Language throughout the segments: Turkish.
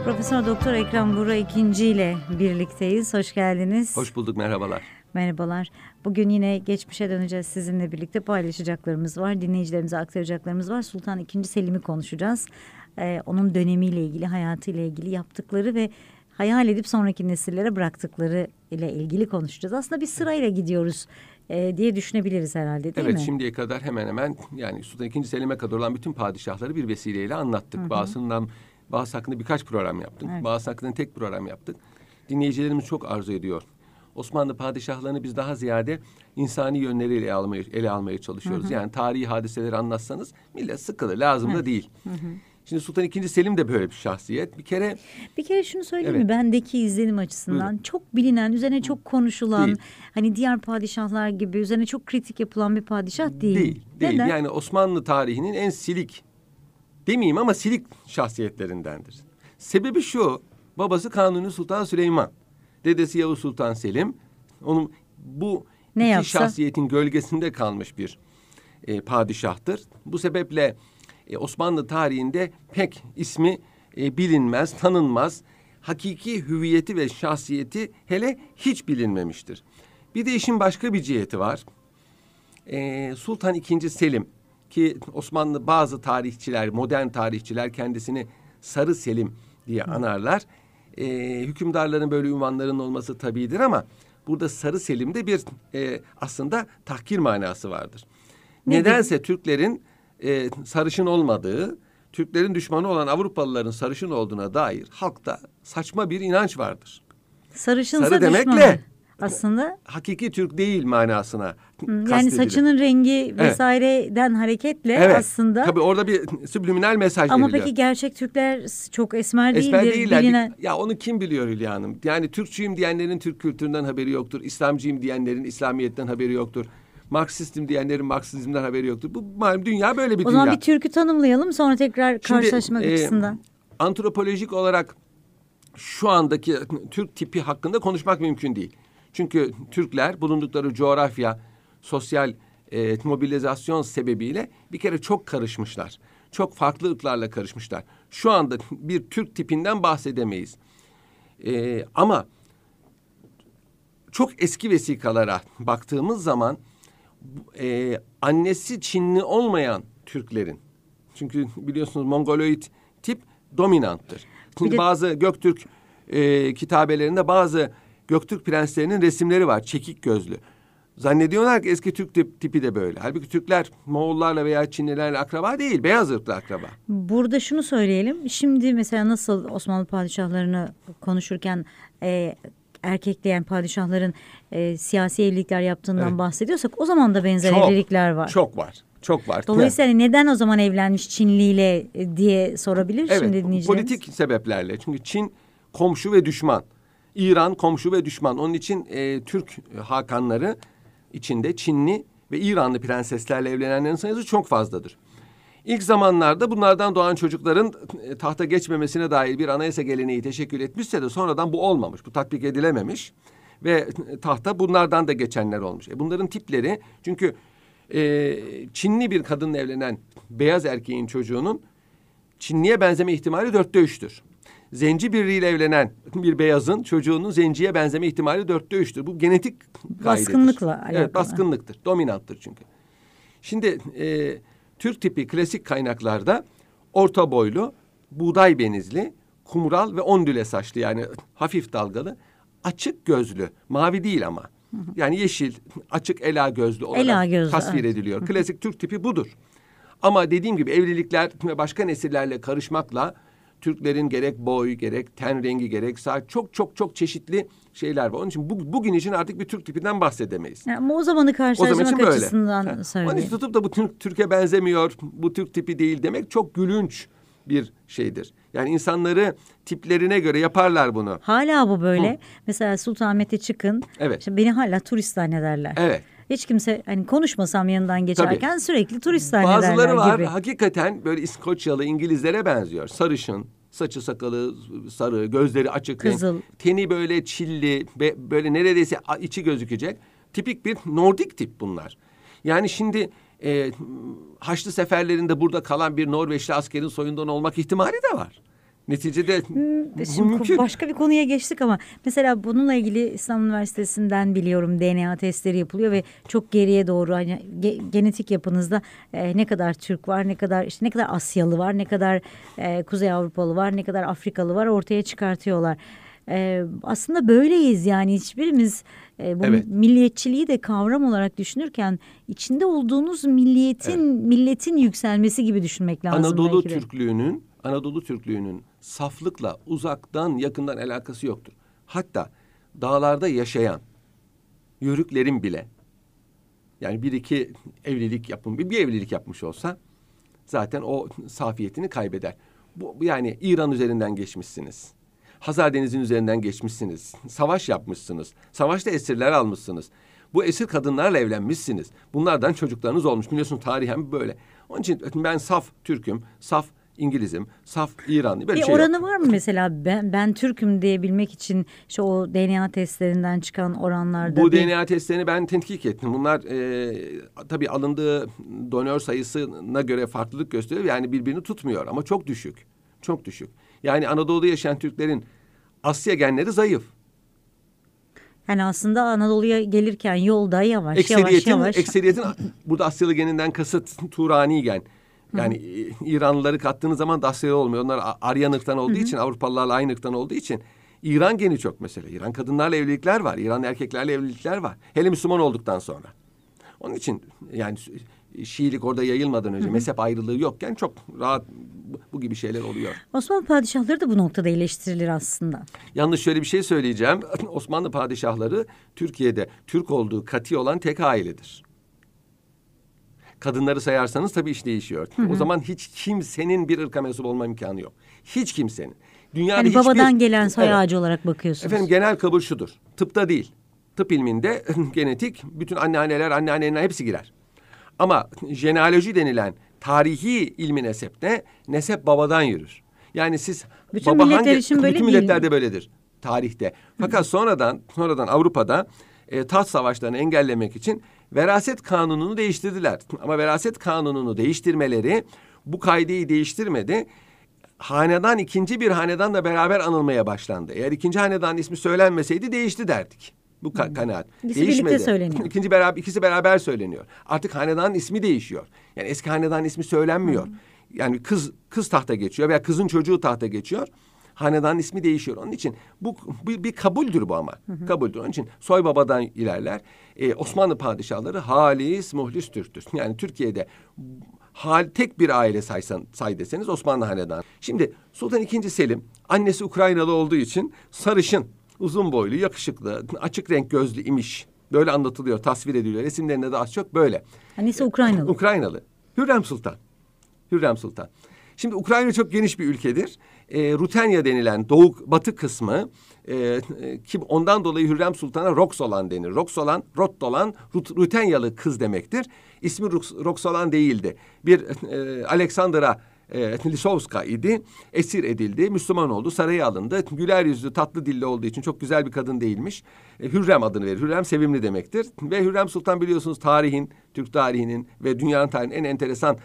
Profesör Doktor Ekrem Buğra ikinci ile birlikteyiz. Hoş geldiniz. Hoş bulduk, merhabalar. Merhabalar. Bugün yine geçmişe döneceğiz, sizinle birlikte paylaşacaklarımız var. Dinleyicilerimize aktaracaklarımız var. Sultan II. Selim'i konuşacağız. Onun dönemiyle ilgili, hayatıyla ilgili yaptıkları ve hayal edip sonraki nesillere bıraktıkları ile ilgili konuşacağız. Aslında bir sırayla gidiyoruz diye düşünebiliriz herhalde, değil mi? Evet, şimdiye kadar hemen hemen yani Sultan II. Selim'e kadar olan bütün padişahları bir vesileyle anlattık. Bazı hakkında birkaç program yaptık. Evet. Bazı hakkında tek program yaptık. Dinleyicilerimiz çok arzu ediyor. Osmanlı padişahlarını biz daha ziyade insani yönleriyle ele almaya çalışıyoruz. Yani tarihi hadiseleri anlatsanız millet sıkılır, lazım da değil. Şimdi Sultan II. Selim de böyle bir şahsiyet. Bir kere şunu söyleyeyim mi? Bendeki izlenim açısından Buyurun. çok bilinen, üzerine çok konuşulan, Değil. hani diğer padişahlar gibi üzerine çok kritik yapılan bir padişah değil. Değil. Neden? Yani Osmanlı tarihinin en silik, demeyeyim ama silik şahsiyetlerindendir. Sebebi şu: babası Kanuni Sultan Süleyman, dedesi Yavuz Sultan Selim. Onun bu iki şahsiyetin gölgesinde kalmış bir padişahtır. Bu sebeple Osmanlı tarihinde pek ismi bilinmez, tanınmaz. Hakiki hüviyeti ve şahsiyeti hele hiç bilinmemiştir. Bir de işin başka bir ciheti var. Sultan II. Selim, ki Osmanlı bazı tarihçiler, modern tarihçiler kendisini Sarı Selim diye anarlar. Hükümdarların böyle ünvanlarının olması tabiidir ama burada Sarı Selim'de bir aslında tahkir manası vardır. Nedense Türklerin sarışın olmadığı, Türklerin düşmanı olan Avrupalıların sarışın olduğuna dair halkta saçma bir inanç vardır. Sarışınsa sarı demekle düşmanı. Aslında hakiki Türk değil manasına yani saçının rengi vesaireden hareketle aslında. Tabii orada bir subliminal mesaj ama veriliyor. Peki gerçek Türkler çok esmer değildir. Esmer değiller. Bilinen... Ya onu kim biliyor Hülya Hanım? Yani Türkçüyüm diyenlerin Türk kültüründen haberi yoktur. İslamcıyım diyenlerin İslamiyet'ten haberi yoktur. Marksistim diyenlerin Marksizm'den haberi yoktur. Bu malum dünya böyle bir dünya. O zaman bir Türk'ü tanımlayalım, sonra tekrar karşılaşmak açısından. Antropolojik olarak şu andaki Türk tipi hakkında konuşmak mümkün değil. Çünkü Türkler bulundukları coğrafya, sosyal mobilizasyon sebebiyle bir kere çok karışmışlar. Çok farklı ırklarla karışmışlar. Şu anda bir Türk tipinden bahsedemeyiz. Ama çok eski vesikalara baktığımız zaman annesi Çinli olmayan Türklerin, çünkü biliyorsunuz Mongoloid tip dominanttır. Şimdi bazı Göktürk kitabelerinde bazı Göktürk prenslerinin resimleri var, çekik gözlü. Zannediyorlar ki eski Türk tipi de böyle. Halbuki Türkler Moğollarla veya Çinlilerle akraba değil, beyaz ırklı akraba. Burada şunu söyleyelim. Şimdi mesela nasıl Osmanlı padişahlarını konuşurken erkekleyen padişahların siyasi evlilikler yaptığından bahsediyorsak, o zaman da benzer evlilikler var. Çok var. Çok var. Dolayısıyla neden o zaman evlenmiş Çinliyle diye sorabilir şimdi dinleyicilerimiz. Politik sebeplerle. Çünkü Çin komşu ve düşman. İran komşu ve düşman. Onun için Türk hakanları içinde Çinli ve İranlı prenseslerle evlenenlerin sayısı çok fazladır. İlk zamanlarda bunlardan doğan çocukların tahta geçmemesine dair bir anayasa geleneği teşekkül etmişse de sonradan bu olmamış. Bu tatbik edilememiş ve tahta bunlardan da geçenler olmuş. Bunların tipleri, çünkü Çinli bir kadınla evlenen beyaz erkeğin çocuğunun Çinliye benzeme ihtimali 3'tür. Zenci biriyle evlenen bir beyazın çocuğunun zenciye benzeme ihtimali 3'tür. Bu genetik kaidedir. Baskınlıkla alakalı. Evet, baskınlıktır. Dominanttır çünkü. Şimdi Türk tipi klasik kaynaklarda orta boylu, buğday benizli, kumral ve ondüle saçlı, yani hafif dalgalı, açık gözlü, mavi değil ama. Yani yeşil, açık ela gözlü olarak tasvir ediliyor. Klasik Türk tipi budur. Ama dediğim gibi evlilikler ve başka nesillerle karışmakla Türklerin gerek boy, gerek ten rengi, gerek saç, çok çeşitli şeyler var. Onun için bugün için artık bir Türk tipinden bahsedemeyiz. Ama o zamanı karşılaştırmak açısından söyleyeyim. Onun için tutup da bu Türkiye benzemiyor, bu Türk tipi değil demek çok gülünç bir şeydir. Yani insanları tiplerine göre yaparlar bunu. Hala bu böyle. Mesela Sultanahmet'e çıkın. Evet. İşte beni hala turist zannederler. Evet. Hiç kimse hani konuşmasam yanından geçerken sürekli turist zannederler gibi. Bazıları var hakikaten böyle İskoçyalı İngilizlere benziyor. Sarışın, saçı sakalı sarı, gözleri açık, kızıl, teni böyle çilli, böyle neredeyse içi gözükecek. Tipik bir Nordik tip bunlar. Yani şimdi Haçlı seferlerinde burada kalan bir Norveçli askerin soyundan olmak ihtimali de var. Neticede bu Şimdi mümkün. başka bir konuya geçtik ama mesela bununla ilgili İstanbul Üniversitesi'nden biliyorum DNA testleri yapılıyor ve çok geriye doğru hani genetik yapınızda ne kadar Türk var, ne kadar işte ne kadar Asyalı var, ne kadar Kuzey Avrupalı var, ne kadar Afrikalı var ortaya çıkartıyorlar. Aslında böyleyiz yani hiçbirimiz bu Evet. milliyetçiliği de kavram olarak düşünürken içinde olduğunuz milletin yükselmesi gibi düşünmek lazım Anadolu belki de. Anadolu Türklüğünün saflıkla uzaktan yakından alakası yoktur. Hatta dağlarda yaşayan yörüklerin bile yani bir iki evlilik bir evlilik yapmış olsa zaten o safiyetini kaybeder. Bu yani İran üzerinden geçmişsiniz. Hazar Denizi'nin üzerinden geçmişsiniz. Savaş yapmışsınız. Savaşta esirler almışsınız. Bu esir kadınlarla evlenmişsiniz. Bunlardan çocuklarınız olmuş. Biliyorsunuz tarihen böyle. Onun için ben saf Türk'üm, saf İngiliz'im, saf İranlı böyle Bir bir şey oranı yok. var mı mesela ben Türk'üm diyebilmek için işte o DNA testlerinden çıkan oranlarda Bu bir DNA testlerini ben tetkik ettim. Bunlar tabii alındığı donör sayısına göre farklılık gösteriyor. Yani birbirini tutmuyor ama çok düşük. Çok düşük. Yani Anadolu'da yaşayan Türklerin Asya genleri zayıf. yani aslında Anadolu'ya gelirken yolda yavaş yavaş Ekseriyetin burada Asyalı geninden kasıt Turani gen. Yani İranlıları kattığınız zaman da Asyalı olmuyor. Onlar Aryan ırktan olduğu için, Avrupalılarla aynı ırktan olduğu için İran geni çok mesela. İran kadınlarla evlilikler var. İran erkeklerle evlilikler var. Hele Müslüman olduktan sonra. Onun için yani Şiilik orada yayılmadan önce mezhep ayrılığı yokken çok rahat bu gibi şeyler oluyor. Osmanlı padişahları da bu noktada eleştirilir aslında. Yalnız şöyle bir şey söyleyeceğim. Osmanlı padişahları Türkiye'de Türk olduğu kati olan tek ailedir. Kadınları sayarsanız tabii iş değişiyor. O zaman hiç kimsenin bir ırka mensup olma imkanı yok. Hiç kimsenin. Dünyada Yani hiçbir... babadan gelen soy Evet. ağacı olarak bakıyorsunuz. Efendim genel kabul şudur. Tıpta değil. Tıp ilminde genetik bütün anneanneler hepsi girer. Ama jenealoji denilen tarihi ilmi nesepte nesep babadan yürür. Yani siz Bütün milletler için böyle bütün değil. milletlerde böyledir tarihte. Fakat sonradan Avrupa'da taht savaşlarını engellemek için veraset kanununu değiştirdiler. Ama veraset kanununu değiştirmeleri bu kaideyi değiştirmedi. Hanedan ikinci bir hanedanla beraber anılmaya başlandı. Eğer ikinci hanedanın ismi söylenmeseydi değişti derdik. Bu kanaat. İkisi Değişmedi. birlikte söyleniyor. İkisi beraber söyleniyor. Artık hanedanın ismi değişiyor. Yani eski hanedanın ismi söylenmiyor. Yani kız tahta geçiyor veya kızın çocuğu tahta geçiyor. Hanedanın ismi değişiyor. Onun için bu bir kabuldür bu ama. Kabuldür. Onun için soy babadan ilerler. Osmanlı padişahları halis muhlis Türktür. Yani Türkiye'de tek bir aile say deseniz Osmanlı hanedanı. Şimdi Sultan II. Selim annesi Ukraynalı olduğu için sarışın, uzun boylu, yakışıklı, açık renk gözlü imiş. Böyle anlatılıyor, tasvir ediliyor. Resimlerinde de az çok böyle. Annesi Ukraynalı. Ukraynalı. Hürrem Sultan. Şimdi Ukrayna çok geniş bir ülkedir. Rutenya denilen batı kısmı ki ondan dolayı Hürrem Sultan'a Roxolan denir. Rottolan, Rutenyalı kız demektir. İsmi Roxolan değildi. Bir Aleksandra Lisovska idi. Esir edildi. Müslüman oldu. Saraya alındı. Güler yüzlü, tatlı dilli olduğu için çok güzel bir kadın değilmiş. Hürrem adını verir. Hürrem sevimli demektir. Ve Hürrem Sultan biliyorsunuz Türk tarihinin ve dünyanın tarihinin en enteresan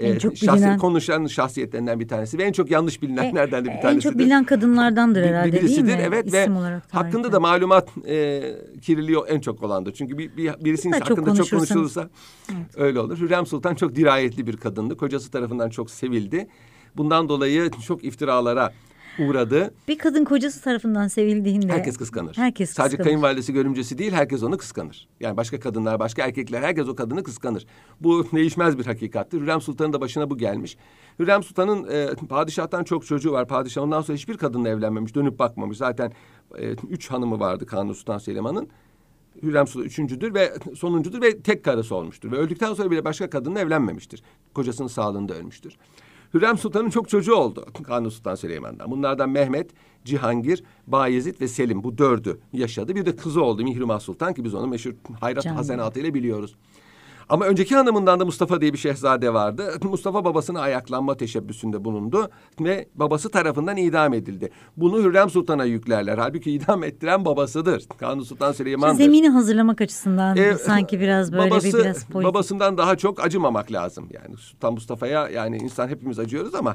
konuşan şahsiyetlerinden bir tanesi ve en çok yanlış bilinenlerden de bir tanesidir. En çok bilinen kadınlardandır herhalde değil mi? Evet İsim ve olarak hakkında da malumat kirliliği en çok olandır. Çünkü birisinin hakkında çok konuşulursa öyle olur. Hürrem Sultan çok dirayetli bir kadındı. Kocası tarafından çok sevildi. Bundan dolayı çok iftiralara uğradı. Bir kadın kocası tarafından sevildiğinde herkes kıskanır. Sadece kayınvalidesi, görümcesi değil, herkes onu kıskanır. Yani başka kadınlar, başka erkekler, herkes o kadını kıskanır. Bu değişmez bir hakikattir. Hürrem Sultan'ın da başına bu gelmiş. Hürrem Sultan'ın padişahtan çok çocuğu var. Padişah ondan sonra hiçbir kadınla evlenmemiş, dönüp bakmamış. Zaten 3 hanımı vardı Kanuni Sultan Süleyman'ın. Hürrem Sultan üçüncüdür ve sonuncudur ve tek karısı olmuştur. Ve öldükten sonra bile başka kadınla evlenmemiştir. Kocasının sağlığında ölmüştür. Hürrem Sultan'ın çok çocuğu oldu Kanuni Sultan Süleyman'dan. Bunlardan Mehmet, Cihangir, Bayezid ve Selim bu 4'ü yaşadı. Bir de kızı oldu Mihrimah Sultan ki biz onu meşhur hayrat hasenatı ile biliyoruz. Ama önceki hanımından da Mustafa diye bir şehzade vardı. Mustafa babasına ayaklanma teşebbüsünde bulundu ve babası tarafından idam edildi. Bunu Hürrem Sultan'a yüklerler. Halbuki idam ettiren babasıdır. Kanuni Sultan Süleyman'dır. Zemini hazırlamak açısından sanki biraz böyle biraz politik. Babasından daha çok acımamak lazım. Yani Sultan Mustafa'ya yani insan hepimiz acıyoruz ama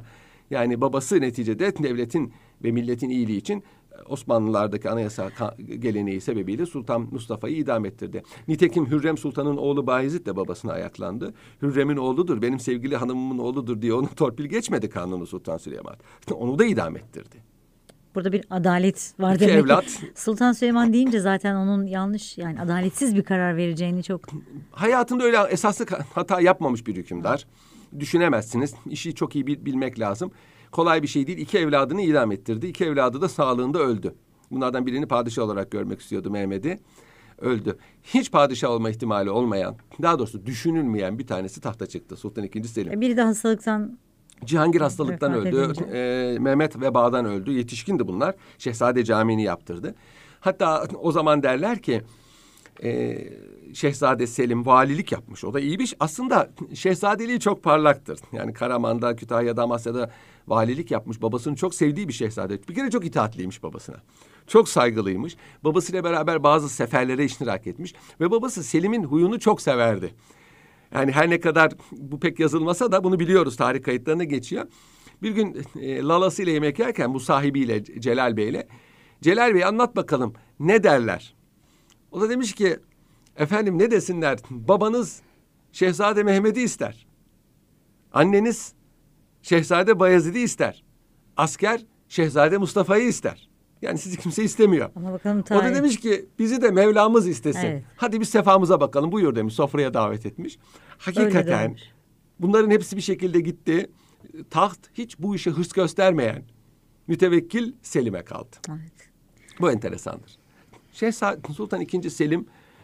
Yani babası neticede devletin ve milletin iyiliği için Osmanlılardaki anayasa geleneği sebebiyle Sultan Mustafa'yı idam ettirdi. Nitekim Hürrem Sultan'ın oğlu Bayezid de babasına ayaklandı. Hürrem'in oğludur, benim sevgili hanımımın oğludur diye onu torpil geçmedi Kanuni Sultan Süleyman. Onu da idam ettirdi. Burada bir adalet var İki demek evlat. ki. Sultan Süleyman deyince zaten onun yanlış, yani adaletsiz bir karar vereceğini çok... Hayatında öyle esaslı hata yapmamış bir hükümdar. Düşünemezsiniz. İşi çok iyi bilmek lazım. Kolay bir şey değil. 2 evladını idam ettirdi. 2 evladı da sağlığında öldü. Bunlardan birini padişah olarak görmek istiyordu, Mehmet'i. Öldü. Hiç padişah olma ihtimali olmayan, daha doğrusu düşünülmeyen bir tanesi tahta çıktı. Sultan II. Selim. Biri de hastalıktan... Cihangir hastalıktan vefat öldü. edince. Mehmet vebadan öldü. Yetişkindi bunlar. Şehzade Camii'ni yaptırdı. Hatta o zaman derler ki Şehzade Selim valilik yapmış. O da iyi bir şey. Aslında şehzadeliği çok parlaktır. Yani Karaman'da, Kütahya'da, Amasya'da valilik yapmış. Babasının çok sevdiği bir şehzade. Bir kere çok itaatliymiş babasına. Çok saygılıymış. Babasıyla beraber bazı seferlere iştirak etmiş. Ve babası Selim'in huyunu çok severdi. Yani her ne kadar bu pek yazılmasa da bunu biliyoruz, tarih kayıtlarına geçiyor. Bir gün lalasıyla yemek yerken bu sahibiyle, Celal Bey'le, Celal Bey anlat bakalım ne derler? O da demiş ki efendim ne desinler, babanız Şehzade Mehmet'i ister. Anneniz Şehzade Bayezid'i ister. Asker Şehzade Mustafa'yı ister. Yani sizi kimse istemiyor. Ama bakalım O da demiş ki bizi de Mevlamız istesin. Evet. Hadi bir sefamıza bakalım, buyur demiş, sofraya davet etmiş. Hakikaten bunların hepsi bir şekilde gitti. Taht hiç bu işe hırs göstermeyen mütevekkil Selim'e kaldı. Evet. Bu enteresandır. Şehzade Sultan II. Selim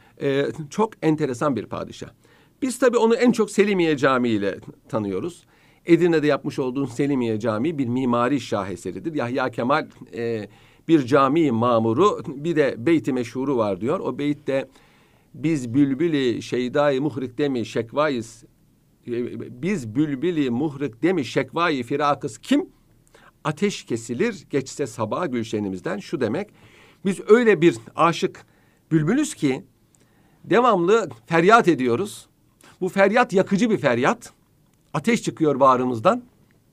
çok enteresan bir padişah. Biz tabii onu en çok Selimiye Camii ile tanıyoruz. Edirne'de yapmış olduğu Selimiye Camii bir mimari şaheseridir. Yahya Kemal bir cami mamuru, bir de beyti meşhuru var diyor. O beytte biz bülbülü şeydai muhrik demi şekvayız. Biz bülbülü muhrik demi şekvayı firakız kim? Ateş kesilir geçse sabah gülşenimizden. Şu demek, biz öyle bir aşık bülbülüz ki devamlı feryat ediyoruz. Bu feryat yakıcı bir feryat. Ateş çıkıyor bağrımızdan.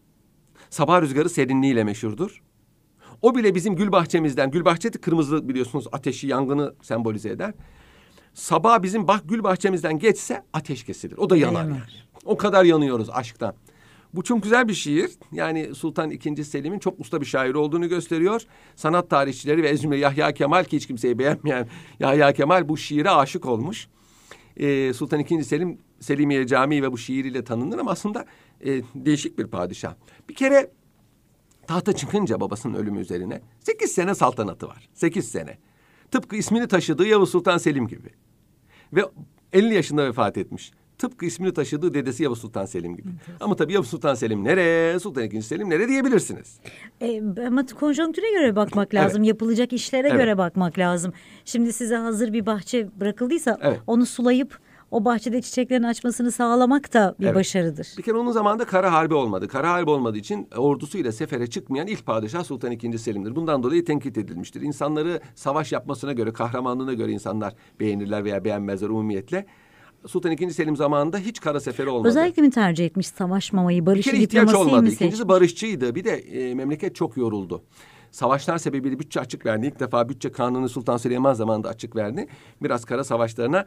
Sabah rüzgarı serinliğiyle meşhurdur. O bile bizim gül bahçemizden, gül bahçesi kırmızı biliyorsunuz, ateşi, yangını sembolize eder. Sabah bizim gül bahçemizden geçse ateş kesilir. O da yanar yani. O kadar yanıyoruz aşktan. Bu çok güzel bir şiir. Yani Sultan II. Selim'in çok usta bir şair olduğunu gösteriyor. Sanat tarihçileri ve ezme Yahya Kemal, ki hiç kimseyi beğenmeyen Yahya Kemal bu şiire aşık olmuş. Sultan II. Selim Selimiye Camii ve bu şiiriyle tanınır ama aslında değişik bir padişah. Bir kere tahta çıkınca babasının ölümü üzerine 8 sene saltanatı var. 8 sene. Tıpkı ismini taşıdığı Yavuz Sultan Selim gibi. Ve 50 yaşında vefat etmiş. Tıpkı ismini taşıdığı dedesi Yavuz Sultan Selim gibi. Ama tabii Yavuz Sultan Selim nere, Sultan II. Selim nere diyebilirsiniz. Ama konjonktüre göre bakmak lazım. Evet. Yapılacak işlere göre bakmak lazım. Şimdi size hazır bir bahçe bırakıldıysa onu sulayıp o bahçede çiçeklerin açmasını sağlamak da bir başarıdır. Bir kere onun zamanında kara harbi olmadı. Kara harbi olmadığı için ordusuyla sefere çıkmayan ilk padişah Sultan II. Selim'dir. Bundan dolayı tenkit edilmiştir. İnsanları savaş yapmasına göre, kahramanlığına göre insanlar beğenirler veya beğenmezler umumiyetle. Sultan II. Selim zamanında hiç kara seferi olmadı. Özellikle mi tercih etmiş savaşmamayı, barışı, diplomasıyı mı seçmiş? olmadı. İkincisi barışçıydı. Bir de memleket çok yoruldu. Savaşlar sebebiyle bütçe açık verdi. İlk defa bütçe kanunu Sultan Süleyman zamanında açık verdi. Biraz kara savaşlarına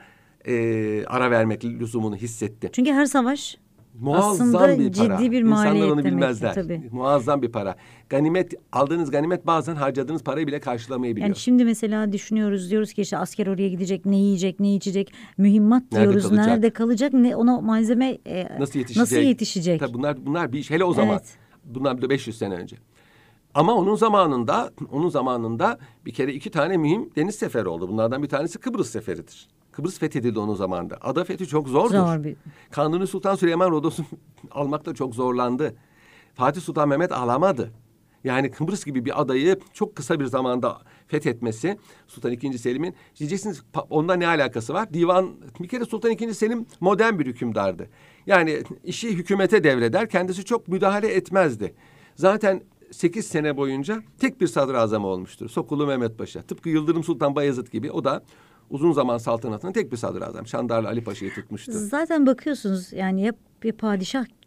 ara vermek lüzumunu hissetti. Çünkü her savaş muazzam aslında bir para. ciddi bir maliyet. İnsanlar onu demektir, bilmezler. tabii. Muazzam bir para. Ganimet, aldığınız ganimet bazen harcadığınız parayı bile karşılamayabiliyor. Yani şimdi mesela düşünüyoruz, diyoruz ki işte asker oraya gidecek, ne yiyecek, ne içecek, mühimmat diyoruz. Nerede kalacak, ne ona malzeme nasıl yetişecek? Tabii bunlar bir iş. Hele o zaman. Evet. Bunlar da 500 sene önce. Ama onun zamanında bir kere 2 tane mühim deniz seferi oldu. Bunlardan bir tanesi Kıbrıs seferidir. Kıbrıs fethedildi onun zamanında. Ada fethi çok zordur. Kanuni Sultan Süleyman Rodos'u almakta çok zorlandı. Fatih Sultan Mehmet alamadı. Yani Kıbrıs gibi bir adayı çok kısa bir zamanda fethetmesi Sultan II. Selim'in, diyeceksiniz ondan ne alakası var? Bir kere Sultan II. Selim modern bir hükümdardı. Yani işi hükümete devreder, kendisi çok müdahale etmezdi. Zaten 8 sene boyunca tek bir sadrazam olmuştur. Sokulu Mehmet Paşa. Tıpkı Yıldırım Sultan Bayezid gibi, o da uzun zaman saltanatının tek bir sadrazam. Şandarlı Ali Paşa'yı tutmuştu. Zaten bakıyorsunuz yani hep bir padişah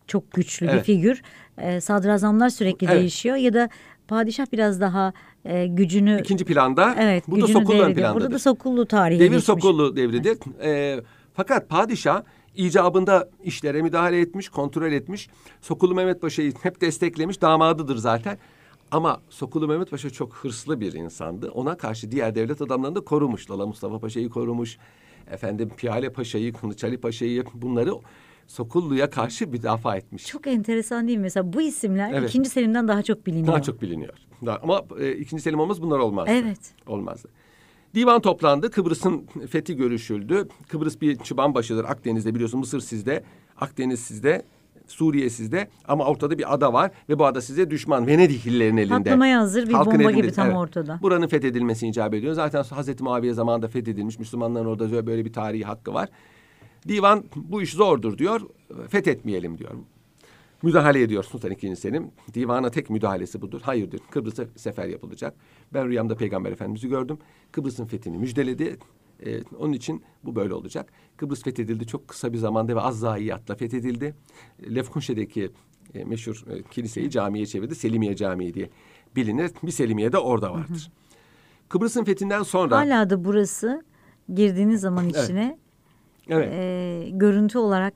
çok güçlü bir Evet. figür. Sadrazamlar sürekli Evet. değişiyor ya da padişah biraz daha gücünü İkinci planda, evet burada gücünü Sokullu ön devrediyor. plandadır. Burada da Sokullu tarihe Devir geçmiş. Sokullu devridir. Fakat padişah icabında işlere müdahale etmiş, kontrol etmiş. Sokullu Mehmet Paşa'yı hep desteklemiş, damadıdır zaten. Ama Sokullu Mehmet Paşa çok hırslı bir insandı. Ona karşı diğer devlet adamlarını da korumuş. Lala Mustafa Paşa'yı korumuş. Efendim Piyale Paşa'yı, Kılıç Ali Paşa'yı, bunları Sokullu'ya karşı müdafaa etmiş. Çok enteresan değil mi? Mesela bu isimler Evet. 2. Selim'den daha çok biliniyor. Daha çok biliniyor. Ama 2. Selim olmaz, bunlar olmazdı. Evet. Olmazdı. Divan toplandı. Kıbrıs'ın fethi görüşüldü. Kıbrıs bir çıban başıdır Akdeniz'de, biliyorsun. Mısır sizde, Akdeniz sizde, Suriye sizde. Ama ortada bir ada var ve bu ada size düşman. Venediklilerin elinde. Patlamaya hazır bir Halkın bomba elinde. gibi tam Evet. ortada. Buranın fethedilmesi icap ediyor. Zaten Hazreti Muaviye zamanında fethedilmiş. Müslümanların orada böyle bir tarihi hakkı var. Divan bu iş zordur diyor. Fethetmeyelim diyor. Müdahale ediyor Sultan II. Selim. Divana tek müdahalesi budur. Hayır diyor. Kıbrıs'a sefer yapılacak. Ben rüyamda Peygamber Efendimiz'i gördüm. Kıbrıs'ın fethini müjdeledi. Onun için bu böyle olacak. Kıbrıs fethedildi. Çok kısa bir zamanda ve az zayiatla fethedildi. Lefkunşe'deki meşhur kiliseyi camiye çevirdi. Selimiye Camii diye bilinir. Bir Selimiye de orada vardır. Kıbrıs'ın fethinden sonra... Hala da burası girdiğiniz zaman içine Evet. Görüntü olarak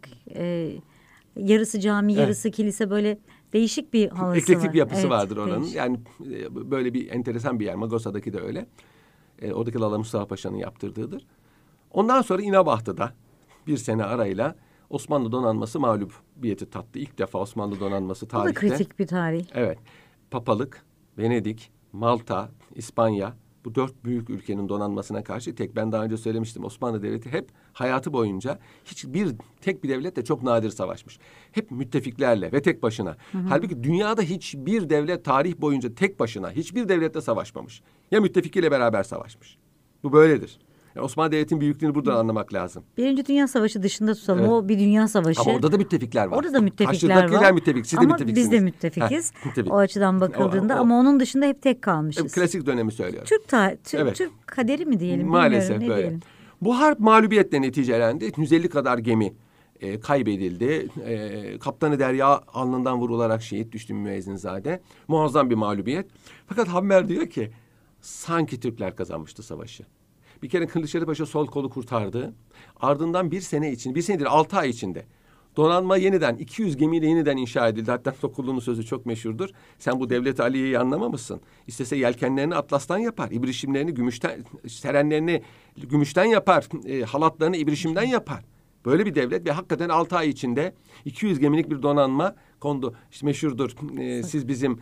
yarısı cami, Evet. yarısı kilise, böyle değişik bir havası Eklektik var. bir yapısı Evet, vardır oranın. değişik. Yani böyle bir enteresan bir yer. Magosa'daki de öyle. Oradaki Lala Mustafa Paşa'nın yaptırdığıdır. Ondan sonra İnebahtı'da bir sene arayla Osmanlı donanması mağlubiyeti tattı. İlk defa Osmanlı donanması Bu da tarihte. kritik bir tarih. Evet. Papalık, Venedik, Malta, İspanya, bu 4 büyük ülkenin donanmasına karşı ben daha önce söylemiştim, Osmanlı Devleti hep hayatı boyunca tek bir devletle çok nadir savaşmış. Hep müttefiklerle ve tek başına. Halbuki dünyada hiçbir devlet tarih boyunca tek başına hiçbir devletle savaşmamış. Ya müttefikiyle beraber savaşmış. Bu böyledir. Yani Osmanlı Devleti'nin büyüklüğünü buradan anlamak lazım. Birinci Dünya Savaşı dışında tutalım. Evet. O bir dünya savaşı. Ama orada da müttefikler var. Orada da müttefikler Karşıdakiler var. müttefik, siz de ama müttefiksiniz. biz de müttefikiz. Müttefik. O açıdan bakıldığında O- ama onun dışında hep tek kalmışız. Klasik dönemi söylüyorum. Türk kaderi mi diyelim, Maalesef bilmiyorum ne böyle. diyelim. Bu harp mağlubiyetle neticelendi. 150 kadar gemi kaybedildi. Kaptanı Derya alnından vurularak şehit düştü, Müezzinzade. Muazzam bir mağlubiyet. Fakat Hammer diyor ki sanki Türkler kazanmıştı savaşı. Bir kere Kılıçdaroğlu Paşa sol kolu kurtardı. Ardından bir senedir 6 ay içinde donanma yeniden 200 gemiyle yeniden inşa edildi. Hatta Sokullu'nun sözü çok meşhurdur. Sen bu Devlet Aliye'yi anlamamışsın. İstese yelkenlerini atlastan yapar. İbrişimlerini gümüşten, serenlerini gümüşten yapar. Halatlarını ibrişimden yapar. Böyle bir devlet ve hakikaten 6 ay içinde 200 gemilik bir donanma kondu. İşte meşhurdur. Siz bizim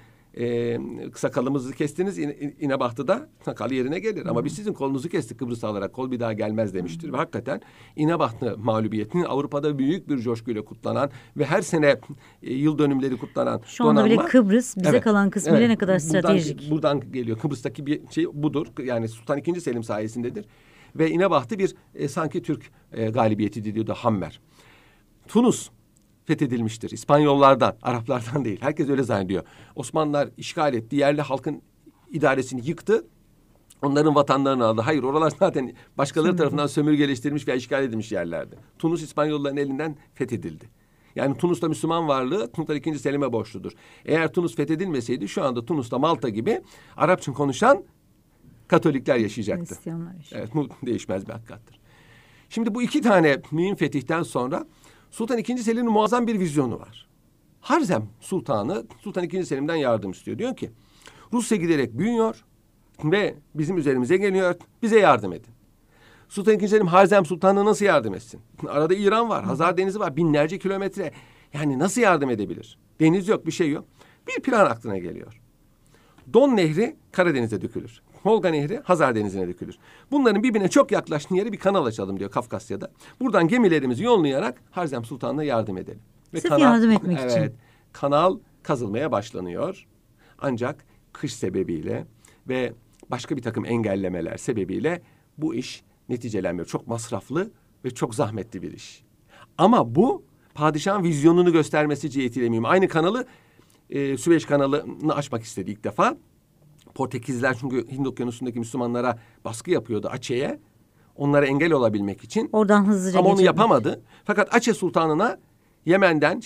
sakalımızı kestiniz, İnebahtı'da sakal yerine gelir. Ama biz sizin kolunuzu kestik Kıbrıs'ı alarak, kol bir daha gelmez demiştir. Ve hakikaten İnebahtı mağlubiyetinin Avrupa'da büyük bir coşkuyla kutlanan ve her sene yıl dönümleri kutlanan Şu anda donanma. bile Kıbrıs bize kalan kısmıyla ne kadar stratejik. Buradan geliyor. Kıbrıs'taki bir şey budur. Yani Sultan II. Selim sayesindedir. Ve İnebahtı bir sanki Türk galibiyeti diyordu Hammer. Tunus fethedilmiştir. İspanyollardan, Araplardan değil. Herkes öyle zannediyor. Osmanlılar işgal etti. Yerli halkın idaresini yıktı. Onların vatanlarını aldı. Hayır, oralar zaten başkaları tarafından sömürgeleştirilmiş ve işgal edilmiş yerlerdi. Tunus İspanyolların elinden fethedildi. Yani Tunus'ta Müslüman varlığı Sultan II. Selim'e borçludur. Eğer Tunus fethedilmeseydi şu anda Tunus'ta Malta gibi Arapça konuşan Katolikler yaşayacaktı. Evet, bu değişmez bir hakikattır. Şimdi bu iki tane mühim fetihten sonra Sultan II. Selim'in muazzam bir vizyonu var. Harzem Sultanı Sultan II. Selim'den yardım istiyor. Diyor ki Rusya giderek büyüyor ve bizim üzerimize geliyor. Bize yardım edin. Sultan II. Selim Harzem Sultanı'na nasıl yardım etsin? Arada İran var, Hazar Denizi var, binlerce kilometre. Yani nasıl yardım edebilir? Deniz yok, bir şey yok. Bir plan aklına geliyor. Don Nehri Karadeniz'e dökülür. Volga Nehri Hazar Denizi'ne dökülür. Bunların birbirine çok yaklaştığı yere bir kanal açalım diyor Kafkasya'da. Buradan gemilerimizi yollayarak Harzem Sultan'la yardım edelim. Ve sırf yardım etmek için. Evet, kanal kazılmaya başlanıyor. Ancak kış sebebiyle ve başka bir takım engellemeler sebebiyle bu iş neticelenmiyor. Çok masraflı ve çok zahmetli bir iş. Ama bu padişahın vizyonunu göstermesi cihetiyle mühim. Aynı kanalı Süveyş kanalını açmak istedi ilk defa. Portekizler çünkü Hint Okyanusu'ndaki Müslümanlara baskı yapıyordu Aceh'e. Onlara engel olabilmek için. Oradan hızlıca ama onu geçelim. yapamadı. Fakat Aceh Sultanı'na Yemen'den